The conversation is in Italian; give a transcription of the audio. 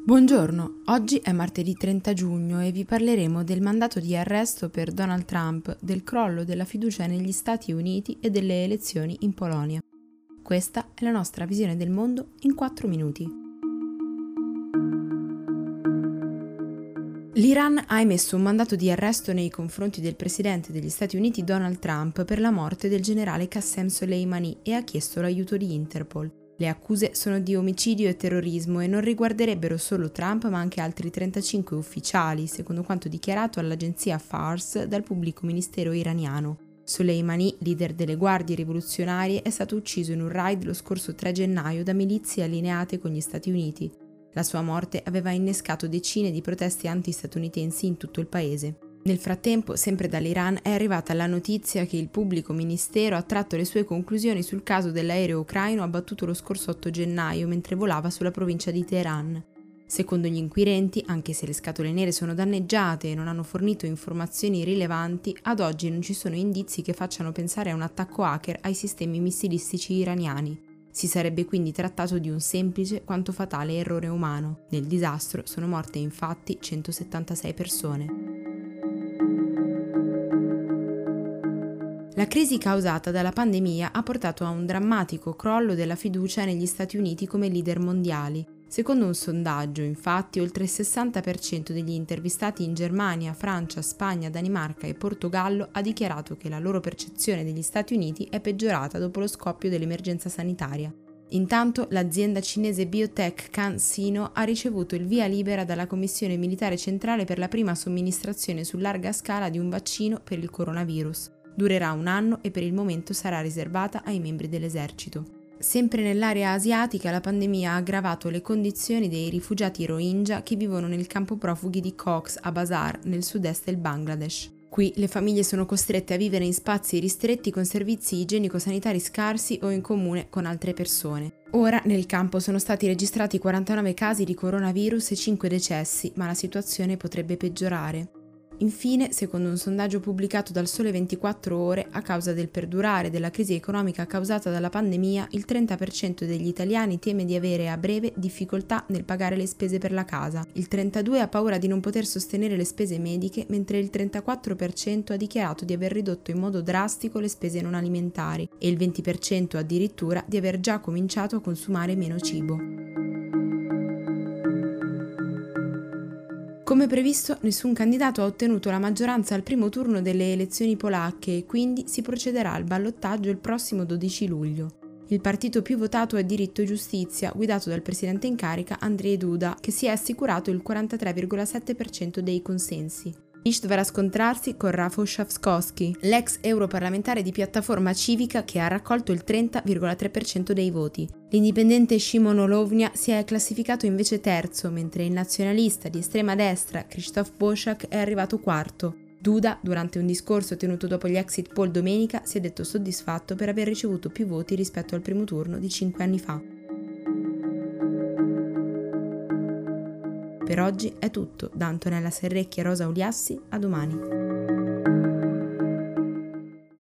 Buongiorno, oggi è martedì 30 giugno e vi parleremo del mandato di arresto per Donald Trump, del crollo della fiducia negli Stati Uniti e delle elezioni in Polonia. Questa è la nostra visione del mondo in 4 minuti. L'Iran ha emesso un mandato di arresto nei confronti del presidente degli Stati Uniti Donald Trump per la morte del generale Qassem Soleimani e ha chiesto l'aiuto di Interpol. Le accuse sono di omicidio e terrorismo e non riguarderebbero solo Trump ma anche altri 35 ufficiali, secondo quanto dichiarato all'agenzia Fars dal pubblico ministero iraniano. Soleimani, leader delle guardie rivoluzionarie, è stato ucciso in un raid lo scorso 3 gennaio da milizie allineate con gli Stati Uniti. La sua morte aveva innescato decine di proteste anti-statunitensi in tutto il paese. Nel frattempo, sempre dall'Iran, è arrivata la notizia che il pubblico ministero ha tratto le sue conclusioni sul caso dell'aereo ucraino abbattuto lo scorso 8 gennaio mentre volava sulla provincia di Teheran. Secondo gli inquirenti, anche se le scatole nere sono danneggiate e non hanno fornito informazioni rilevanti, ad oggi non ci sono indizi che facciano pensare a un attacco hacker ai sistemi missilistici iraniani. Si sarebbe quindi trattato di un semplice quanto fatale errore umano. Nel disastro sono morte infatti 176 persone. La crisi causata dalla pandemia ha portato a un drammatico crollo della fiducia negli Stati Uniti come leader mondiali. Secondo un sondaggio, infatti, oltre il 60% degli intervistati in Germania, Francia, Spagna, Danimarca e Portogallo ha dichiarato che la loro percezione degli Stati Uniti è peggiorata dopo lo scoppio dell'emergenza sanitaria. Intanto, l'azienda cinese biotech CanSino ha ricevuto il via libera dalla Commissione Militare Centrale per la prima somministrazione su larga scala di un vaccino per il coronavirus. Durerà un anno e per il momento sarà riservata ai membri dell'esercito. Sempre nell'area asiatica la pandemia ha aggravato le condizioni dei rifugiati Rohingya che vivono nel campo profughi di Cox's Bazar, nel sud-est del Bangladesh. Qui le famiglie sono costrette a vivere in spazi ristretti con servizi igienico-sanitari scarsi o in comune con altre persone. Ora nel campo sono stati registrati 49 casi di coronavirus e 5 decessi, ma la situazione potrebbe peggiorare. Infine, secondo un sondaggio pubblicato dal Sole 24 Ore, a causa del perdurare della crisi economica causata dalla pandemia, il 30% degli italiani teme di avere a breve difficoltà nel pagare le spese per la casa, il 32% ha paura di non poter sostenere le spese mediche, mentre il 34% ha dichiarato di aver ridotto in modo drastico le spese non alimentari e il 20% addirittura di aver già cominciato a consumare meno cibo. Come previsto, nessun candidato ha ottenuto la maggioranza al primo turno delle elezioni polacche e quindi si procederà al ballottaggio il prossimo 12 luglio. Il partito più votato è Diritto e Giustizia, guidato dal presidente in carica Andrzej Duda, che si è assicurato il 43,7% dei consensi. Iść dovrà scontrarsi con Rafał Trzaskowski, l'ex europarlamentare di Piattaforma Civica che ha raccolto il 30,3% dei voti. L'indipendente Szymon Hołownia si è classificato invece terzo, mentre il nazionalista di estrema destra Krzysztof Bosak è arrivato quarto. Duda, durante un discorso tenuto dopo gli exit poll domenica, si è detto soddisfatto per aver ricevuto più voti rispetto al primo turno di 5 anni fa. Per oggi è tutto, da Antonella Serrecchi e Rosa Uliassi, a domani.